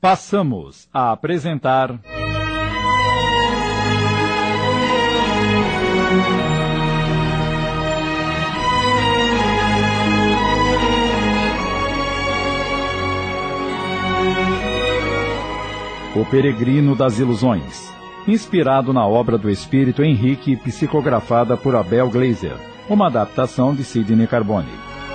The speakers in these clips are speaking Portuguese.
Passamos a apresentar... O Peregrino das Ilusões, inspirado na obra do Espírito Henrique e psicografada por Abel Gleiser, uma adaptação de Sidney Carbone.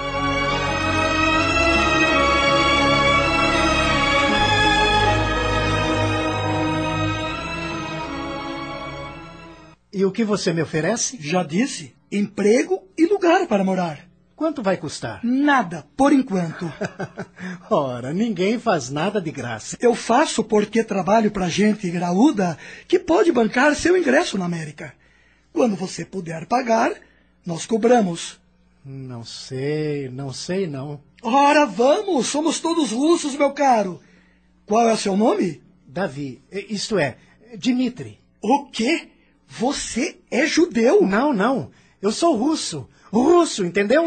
E o que você me oferece? Já disse, emprego e lugar para morar. Quanto vai custar? Nada, por enquanto. Ora, ninguém faz nada de graça. Eu faço porque trabalho para gente graúda que pode bancar seu ingresso na América. Quando você puder pagar, nós cobramos. Não sei não. Ora, vamos, somos todos russos, meu caro. Qual é o seu nome? Davi, isto é, Dmitri. O quê? Você é judeu? Não, eu sou russo. Russo, entendeu?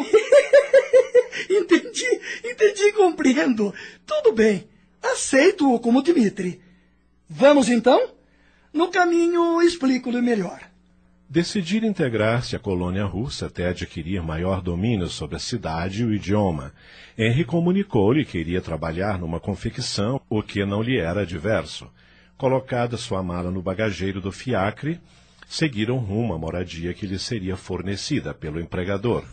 Entendi, compreendo. Tudo bem, aceito-o como Dmitri. Vamos então? No caminho explico-lhe melhor. Decidir integrar-se à colônia russa até adquirir maior domínio sobre a cidade e o idioma. Henry comunicou-lhe que iria trabalhar numa confecção, o que não lhe era adverso. Colocada sua mala no bagageiro do fiacre, seguiram rumo à moradia que lhe seria fornecida pelo empregador.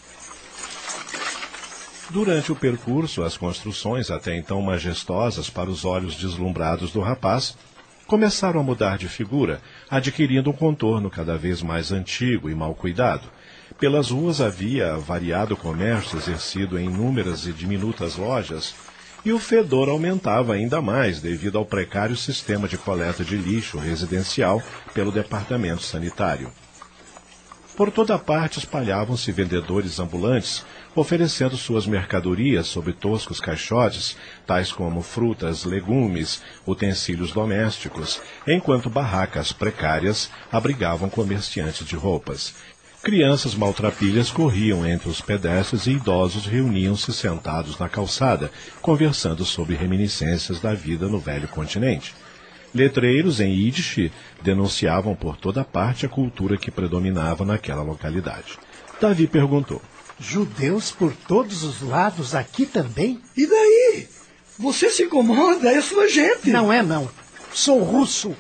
Durante o percurso, as construções, até então majestosas para os olhos deslumbrados do rapaz, começaram a mudar de figura, adquirindo um contorno cada vez mais antigo e mal cuidado. Pelas ruas havia variado comércio exercido em inúmeras e diminutas lojas, e o fedor aumentava ainda mais devido ao precário sistema de coleta de lixo residencial pelo departamento sanitário. Por toda parte espalhavam-se vendedores ambulantes, oferecendo suas mercadorias sob toscos caixotes, tais como frutas, legumes, utensílios domésticos, enquanto barracas precárias abrigavam comerciantes de roupas. Crianças maltrapilhas corriam entre os pedestres e idosos reuniam-se sentados na calçada, conversando sobre reminiscências da vida no velho continente. Letreiros em Yiddish denunciavam por toda parte a cultura que predominava naquela localidade. Davi perguntou: Judeus por todos os lados aqui também? E daí? Você se incomoda, é sua gente. Não. Sou russo.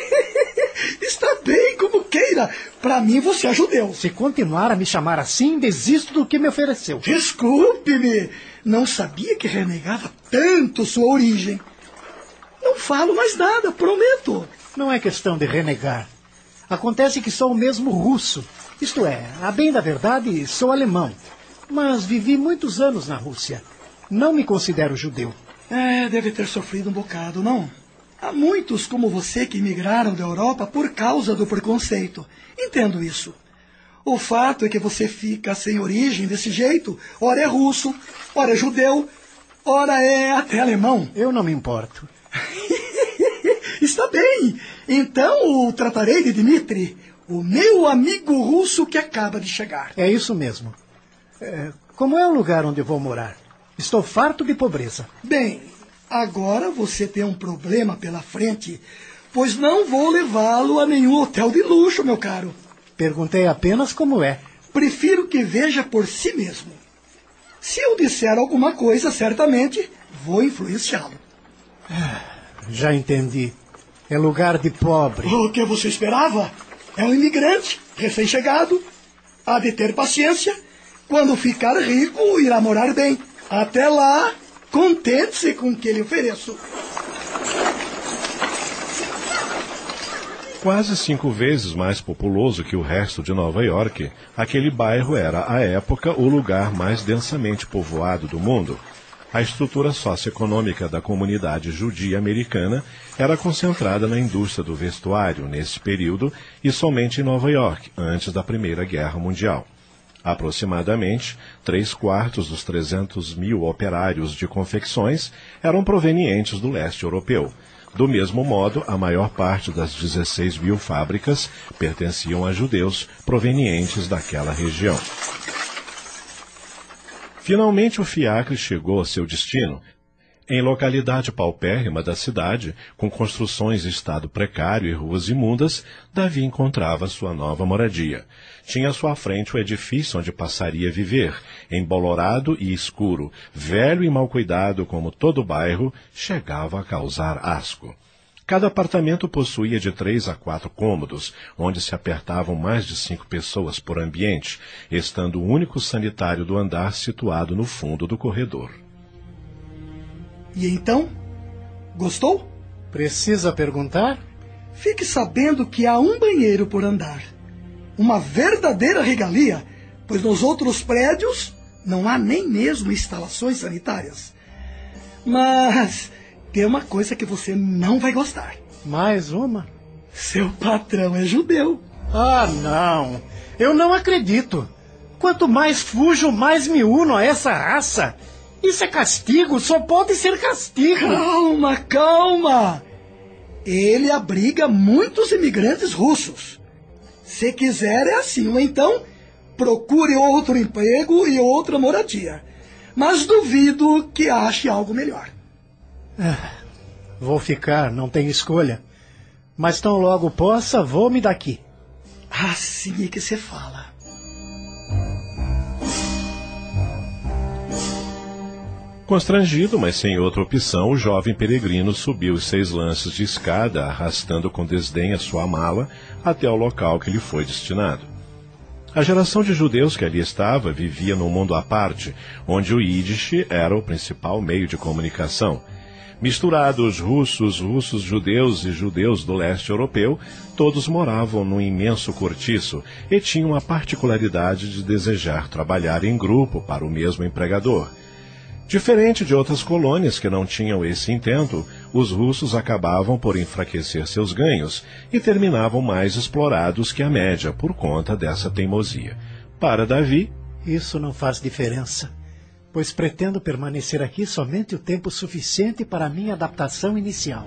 Está bem, como queira. Para mim, você é judeu. Se continuar a me chamar assim, desisto do que me ofereceu. Desculpe-me. Não sabia que renegava tanto sua origem. Não falo mais nada, prometo. Não é questão de renegar. Acontece que sou mesmo russo. Isto é, a bem da verdade, sou alemão. Mas vivi muitos anos na Rússia. Não me considero judeu. Deve ter sofrido um bocado, não? Há muitos como você que migraram da Europa por causa do preconceito. Entendo isso. O fato é que você fica sem origem desse jeito. Ora é russo, ora é judeu, ora é até alemão. Eu não me importo. Está bem. Então o tratarei de Dmitri, o meu amigo russo que acaba de chegar. É isso mesmo. Como é o lugar onde vou morar? Estou farto de pobreza. Bem, agora você tem um problema pela frente, pois não vou levá-lo a nenhum hotel de luxo, meu caro. Perguntei apenas como é. Prefiro que veja por si mesmo. Se eu disser alguma coisa, certamente vou influenciá-lo. Já entendi. É lugar de pobre. O que você esperava? É um imigrante, recém-chegado. Há de ter paciência. Quando ficar rico, irá morar bem. Até lá, contente-se com o que lhe ofereço. Quase 5 vezes mais populoso que o resto de Nova York, aquele bairro era, à época, o lugar mais densamente povoado do mundo. A estrutura socioeconômica da comunidade judia americana era concentrada na indústria do vestuário nesse período e somente em Nova York, antes da Primeira Guerra Mundial. Aproximadamente 3/4 dos 300 mil operários de confecções eram provenientes do leste europeu. Do mesmo modo, a maior parte das 16 mil fábricas pertenciam a judeus provenientes daquela região. Finalmente o fiacre chegou ao seu destino. Em localidade paupérrima da cidade, com construções em estado precário e ruas imundas, Davi encontrava sua nova moradia. Tinha à sua frente o edifício onde passaria a viver, embolorado e escuro, velho e mal cuidado como todo o bairro, chegava a causar asco. Cada apartamento possuía de 3 a 4 cômodos, onde se apertavam mais de 5 pessoas por ambiente, estando o único sanitário do andar situado no fundo do corredor. E então? Gostou? Precisa perguntar? Fique sabendo que há um banheiro por andar. Uma verdadeira regalia, pois nos outros prédios não há nem mesmo instalações sanitárias. Mas tem uma coisa que você não vai gostar. Mais uma? Seu patrão é judeu. Ah, não. Eu não acredito. Quanto mais fujo, mais me uno a essa raça. Isso é castigo, só pode ser castigo. Calma, calma. Ele abriga muitos imigrantes russos. Se quiser é assim, ou então procure outro emprego e outra moradia. Mas duvido que ache algo melhor. Vou ficar, não tenho escolha. Mas tão logo possa, vou-me daqui. Assim é que se fala. Constrangido, mas sem outra opção, o jovem peregrino subiu os 6 lances de escada, arrastando com desdém a sua mala até o local que lhe foi destinado. A geração de judeus que ali estava vivia num mundo à parte, onde o Yiddish era o principal meio de comunicação. Misturados russos, judeus e judeus do leste europeu, todos moravam num imenso cortiço e tinham a particularidade de desejar trabalhar em grupo para o mesmo empregador. Diferente de outras colônias que não tinham esse intento, os russos acabavam por enfraquecer seus ganhos e terminavam mais explorados que a média por conta dessa teimosia. Para Davi, isso não faz diferença, pois pretendo permanecer aqui somente o tempo suficiente para a minha adaptação inicial.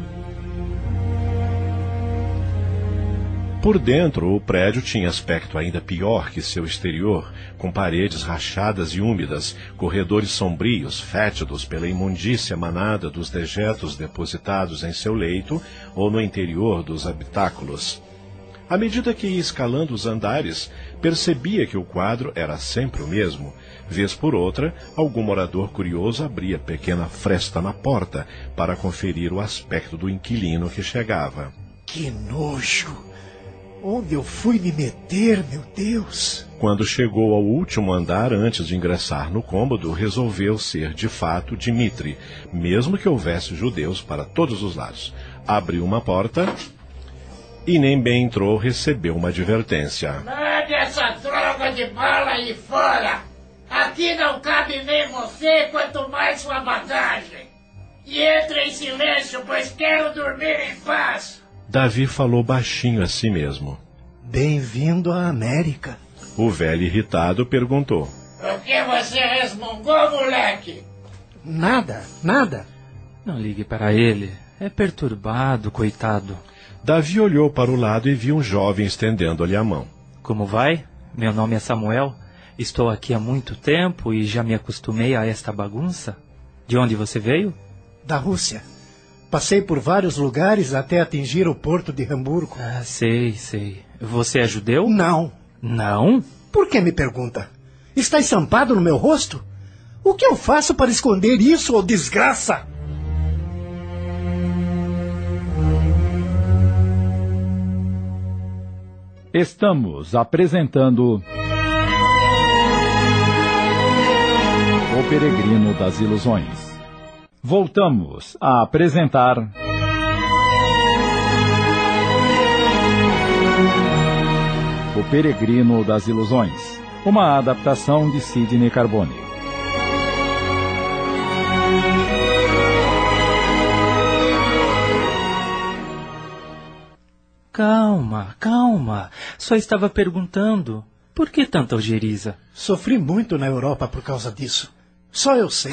Por dentro, o prédio tinha aspecto ainda pior que seu exterior, com paredes rachadas e úmidas, corredores sombrios, fétidos pela imundícia emanada dos dejetos depositados em seu leito ou no interior dos habitáculos. À medida que ia escalando os andares, percebia que o quadro era sempre o mesmo. Vez por outra, algum morador curioso abria pequena fresta na porta para conferir o aspecto do inquilino que chegava. Que nojo! Onde eu fui me meter, meu Deus? Quando chegou ao último andar, antes de ingressar no cômodo, resolveu ser, de fato, Dmitri, mesmo que houvesse judeus para todos os lados. Abriu uma porta e nem bem entrou, recebeu uma advertência. Mande essa droga de bala aí fora! Aqui não cabe nem você, quanto mais sua bagagem! E entre em silêncio, pois quero dormir em paz! Davi falou baixinho a si mesmo. Bem-vindo à América. O velho irritado perguntou. O que você resmungou, moleque? Nada. Não ligue para ele. É perturbado, coitado. Davi olhou para o lado e viu um jovem estendendo-lhe a mão. Como vai? Meu nome é Samuel. Estou aqui há muito tempo e já me acostumei a esta bagunça. De onde você veio? Da Rússia. Passei por vários lugares até atingir o porto de Hamburgo. Ah, sei. Você é judeu? Não. Não? Por que me pergunta? Está estampado no meu rosto? O que eu faço para esconder isso, ô desgraça? Estamos apresentando O Peregrino das Ilusões. Voltamos a apresentar O Peregrino das Ilusões, uma adaptação de Sidney Carbone. Calma. Só estava perguntando. Por que tanta ojeriza? Sofri muito na Europa por causa disso. Só eu sei.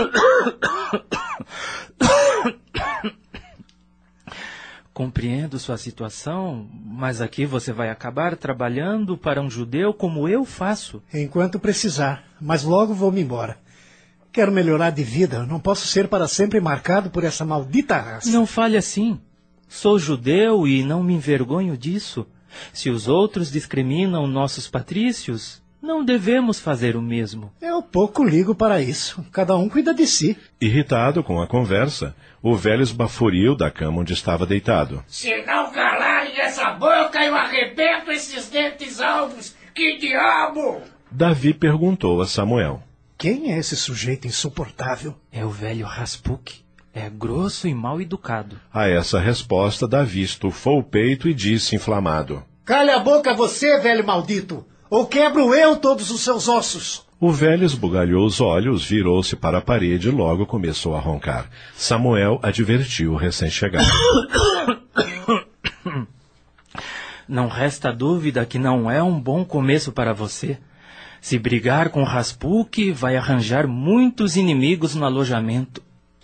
Compreendo sua situação, mas aqui você vai acabar trabalhando para um judeu como eu faço. Enquanto precisar, mas logo vou-me embora. Quero melhorar de vida. Não posso ser para sempre marcado por essa maldita raça. Não fale assim. Sou judeu e não me envergonho disso. Se os outros discriminam nossos patrícios, não devemos fazer o mesmo. Eu pouco ligo para isso. Cada um cuida de si. Irritado com a conversa, o velho esbaforiu da cama onde estava deitado. Se não calarem essa boca, eu arrebento esses dentes alvos. Que diabo! Davi perguntou a Samuel. Quem é esse sujeito insuportável? É o velho Raspuk. É grosso e mal educado. A essa resposta, Davi estufou o peito e disse inflamado. Cale a boca você, velho maldito, ou quebro eu todos os seus ossos. O velho esbugalhou os olhos, virou-se para a parede e logo começou a roncar. Samuel advertiu o recém-chegado. Não resta dúvida que não é um bom começo para você. Se brigar com Raspuk, vai arranjar muitos inimigos no alojamento.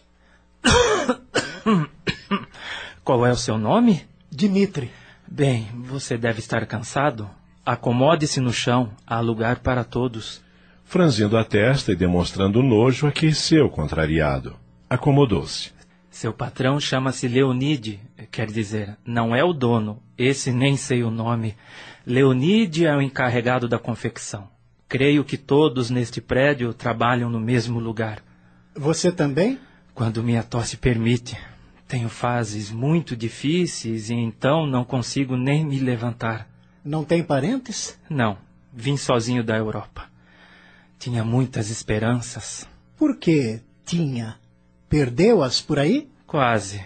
Qual é o seu nome? Dmitri. Bem, você deve estar cansado. Acomode-se no chão, há lugar para todos. Franzindo a testa e demonstrando nojo, aqueceu contrariado. Acomodou-se. Seu patrão chama-se Leonide, quer dizer, não é o dono, esse nem sei o nome. Leonide é o encarregado da confecção. Creio que todos neste prédio trabalham no mesmo lugar. Você também? Quando minha tosse permite. Tenho fases muito difíceis e então não consigo nem me levantar. Não tem parentes? Não, vim sozinho da Europa. Tinha muitas esperanças. Por que tinha? Perdeu-as por aí? Quase.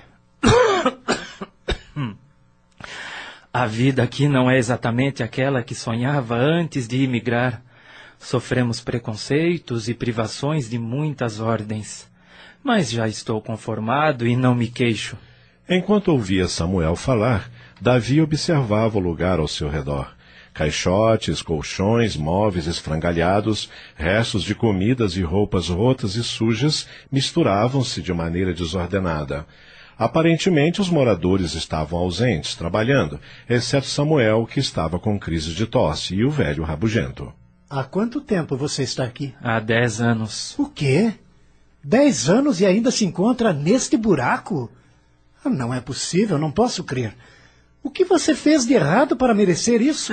A vida aqui não é exatamente aquela que sonhava antes de imigrar. Sofremos preconceitos e privações de muitas ordens. Mas já estou conformado e não me queixo. Enquanto ouvia Samuel falar, Davi observava o lugar ao seu redor. Caixotes, colchões, móveis esfrangalhados, restos de comidas e roupas rotas e sujas misturavam-se de maneira desordenada. Aparentemente, os moradores estavam ausentes, trabalhando, exceto Samuel, que estava com crise de tosse, e o velho rabugento. Há quanto tempo você está aqui? Há 10 anos. O quê? 10 anos e ainda se encontra neste buraco? Não é possível, não posso crer. O que você fez de errado para merecer isso?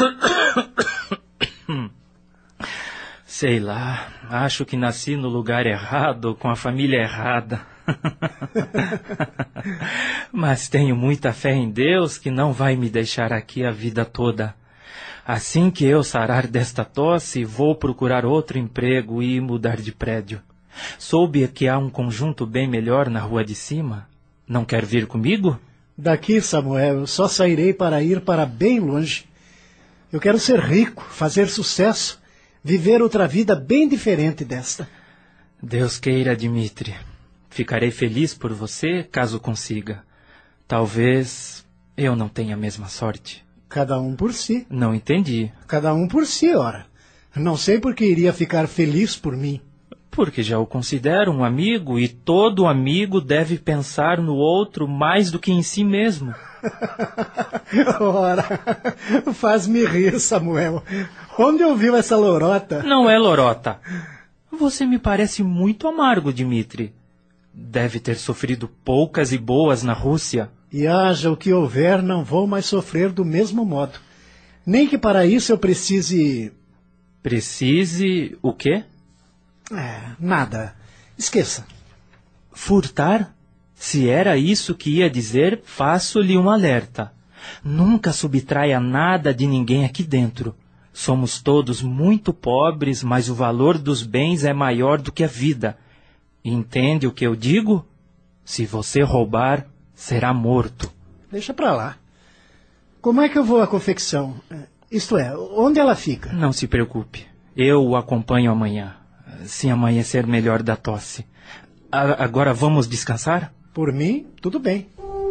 Sei lá, acho que nasci no lugar errado, com a família errada. Mas tenho muita fé em Deus que não vai me deixar aqui a vida toda. Assim que eu sarar desta tosse, vou procurar outro emprego e mudar de prédio. Soube que há um conjunto bem melhor na rua de cima. Não quer vir comigo? Daqui, Samuel, eu só sairei para ir para bem longe. Eu quero ser rico, fazer sucesso, viver outra vida bem diferente desta. Deus queira, Dmitri. Ficarei feliz por você, caso consiga. Talvez eu não tenha a mesma sorte. Cada um por si. Não entendi. Cada um por si, ora. Não sei por que iria ficar feliz por mim. Porque já o considero um amigo e todo amigo deve pensar no outro mais do que em si mesmo. Ora, faz-me rir, Samuel. Onde ouviu essa lorota? Não é lorota. Você me parece muito amargo, Dmitri. Deve ter sofrido poucas e boas na Rússia. E haja o que houver, não vou mais sofrer do mesmo modo. Nem que para isso eu precise... Precise o quê? Nada. Esqueça. Furtar? Se era isso que ia dizer, faço-lhe um alerta. Nunca subtraia nada de ninguém aqui dentro. Somos todos muito pobres, mas o valor dos bens é maior do que a vida. Entende o que eu digo? Se você roubar, será morto. Deixa pra lá. Como é que eu vou à confecção? Isto é, onde ela fica? Não se preocupe. Eu o acompanho amanhã. Se amanhecer melhor da tosse. Agora vamos descansar? Por mim, tudo bem.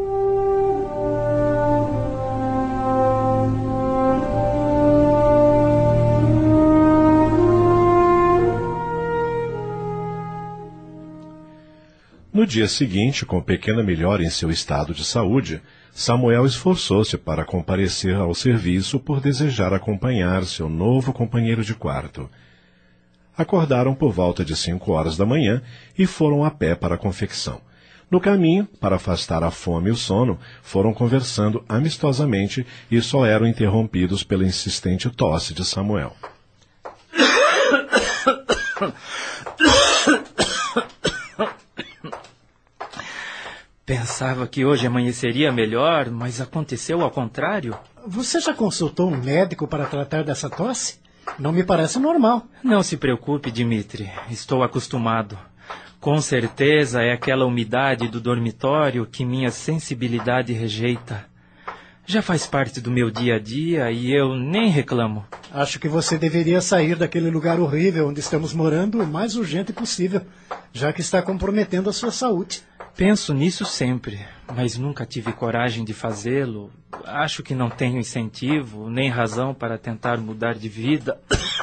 No dia seguinte, com pequena melhora em seu estado de saúde, Samuel esforçou-se para comparecer ao serviço por desejar acompanhar seu novo companheiro de quarto. Acordaram por volta de 5 horas da manhã e foram a pé para a confecção. No caminho, para afastar a fome e o sono, foram conversando amistosamente e só eram interrompidos pela insistente tosse de Samuel. Pensava que hoje amanheceria melhor, mas aconteceu ao contrário. Você já consultou um médico para tratar dessa tosse? Não me parece normal. Não se preocupe, Dmitri. Estou acostumado. Com certeza é aquela umidade do dormitório que minha sensibilidade rejeita. Já faz parte do meu dia a dia e eu nem reclamo. Acho que você deveria sair daquele lugar horrível onde estamos morando o mais urgente possível, já que está comprometendo a sua saúde. Penso nisso sempre, mas nunca tive coragem de fazê-lo. Acho que não tenho incentivo, nem razão para tentar mudar de vida.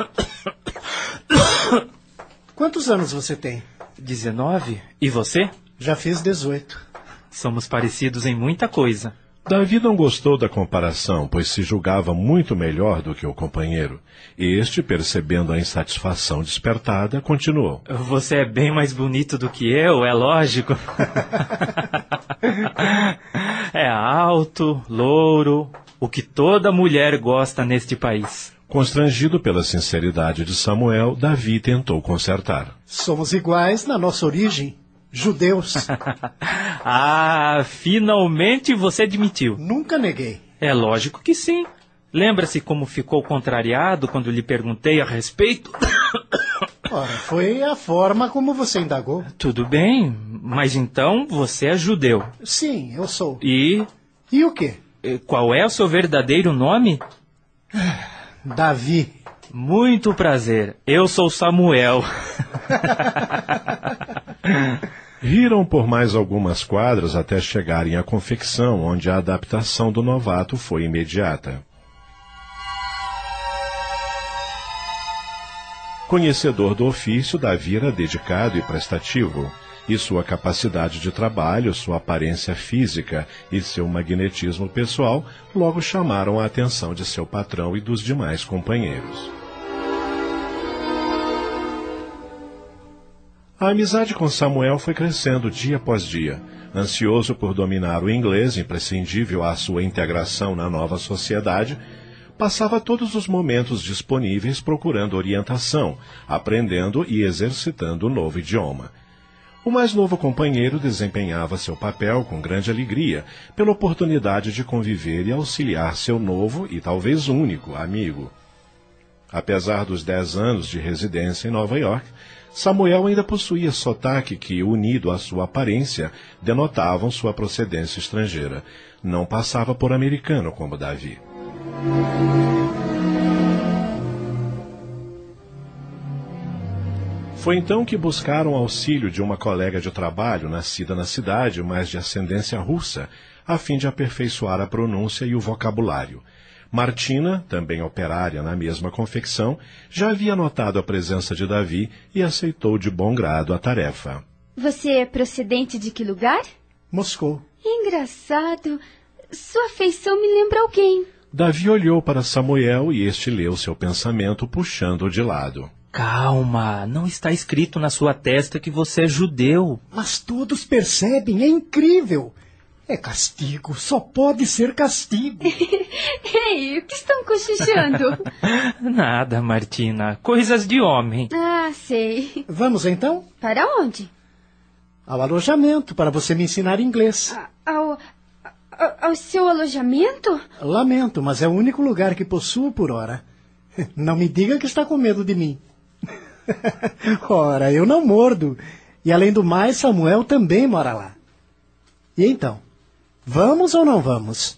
Quantos anos você tem? 19. E você? Já fiz 18. Somos parecidos em muita coisa. Davi não gostou da comparação, pois se julgava muito melhor do que o companheiro. Este, percebendo a insatisfação despertada, continuou. Você é bem mais bonito do que eu, é lógico. É alto, louro, o que toda mulher gosta neste país. Constrangido pela sinceridade de Samuel, Davi tentou consertar. Somos iguais na nossa origem. Judeus. Ah, finalmente você admitiu. Nunca neguei. É lógico que sim. Lembra-se como ficou contrariado quando lhe perguntei a respeito? Ora, foi a forma como você indagou. Tudo bem, mas então você é judeu. Sim, eu sou. E E o quê? qual é o seu verdadeiro nome? Davi. Muito prazer, eu sou Samuel. Riram por mais algumas quadras até chegarem à confecção, onde a adaptação do novato foi imediata. Conhecedor do ofício, Davi era dedicado e prestativo, e sua capacidade de trabalho, sua aparência física e seu magnetismo pessoal logo chamaram a atenção de seu patrão e dos demais companheiros. A amizade com Samuel foi crescendo dia após dia. Ansioso por dominar o inglês, imprescindível à sua integração na nova sociedade, passava todos os momentos disponíveis procurando orientação, aprendendo e exercitando o novo idioma. O mais novo companheiro desempenhava seu papel com grande alegria, pela oportunidade de conviver e auxiliar seu novo e talvez único amigo. Apesar dos 10 anos de residência em Nova York, Samuel ainda possuía sotaque que, unido à sua aparência, denotavam sua procedência estrangeira. Não passava por americano como Davi. Foi então que buscaram auxílio de uma colega de trabalho nascida na cidade, mas de ascendência russa, a fim de aperfeiçoar a pronúncia e o vocabulário. Martina, também operária na mesma confecção, já havia notado a presença de Davi e aceitou de bom grado a tarefa. Você é procedente de que lugar? Moscou. Engraçado. Sua feição me lembra alguém. Davi olhou para Samuel e este leu seu pensamento, puxando-o de lado. Calma, não está escrito na sua testa que você é judeu. Mas todos percebem, é incrível. É castigo, só pode ser castigo. Ei, o que estão cochichando? Nada, Martina, coisas de homem. Ah, sei. Vamos então? Para onde? Ao alojamento, para você me ensinar inglês. Ao seu alojamento? Lamento, mas é o único lugar que possuo por hora. Não me diga que está com medo de mim. Ora, eu não mordo. E além do mais, Samuel também mora lá. E então, vamos ou não vamos?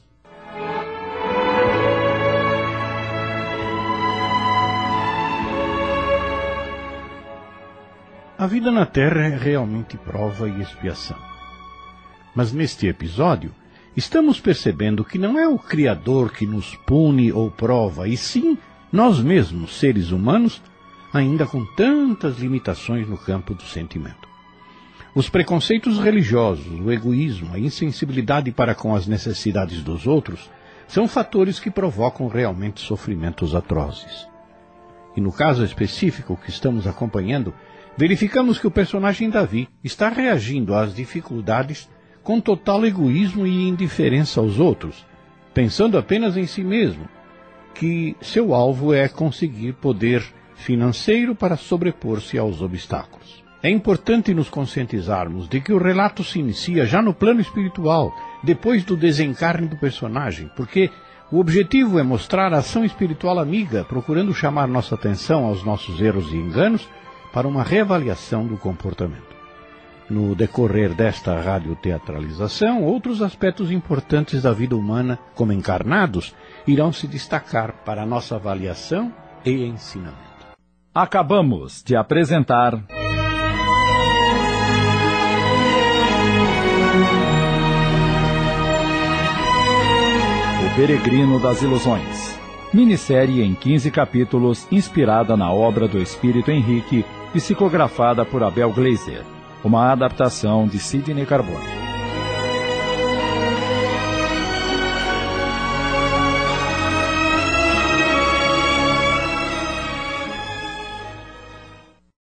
A vida na Terra é realmente prova e expiação. Mas neste episódio, estamos percebendo que não é o Criador que nos pune ou prova, e sim nós mesmos, seres humanos, ainda com tantas limitações no campo do sentimento. Os preconceitos religiosos, o egoísmo, a insensibilidade para com as necessidades dos outros são fatores que provocam realmente sofrimentos atrozes. E no caso específico que estamos acompanhando, verificamos que o personagem Davi está reagindo às dificuldades com total egoísmo e indiferença aos outros, pensando apenas em si mesmo, que seu alvo é conseguir poder financeiro para sobrepor-se aos obstáculos. É importante nos conscientizarmos de que o relato se inicia já no plano espiritual, depois do desencarne do personagem, porque o objetivo é mostrar a ação espiritual amiga, procurando chamar nossa atenção aos nossos erros e enganos para uma reavaliação do comportamento. No decorrer desta radioteatralização, outros aspectos importantes da vida humana, como encarnados, irão se destacar para a nossa avaliação e ensinamento. Acabamos de apresentar O Peregrino das Ilusões, minissérie em 15 capítulos inspirada na obra do Espírito Henrique, psicografada por Abel Gleiser, uma adaptação de Sidney Carbone.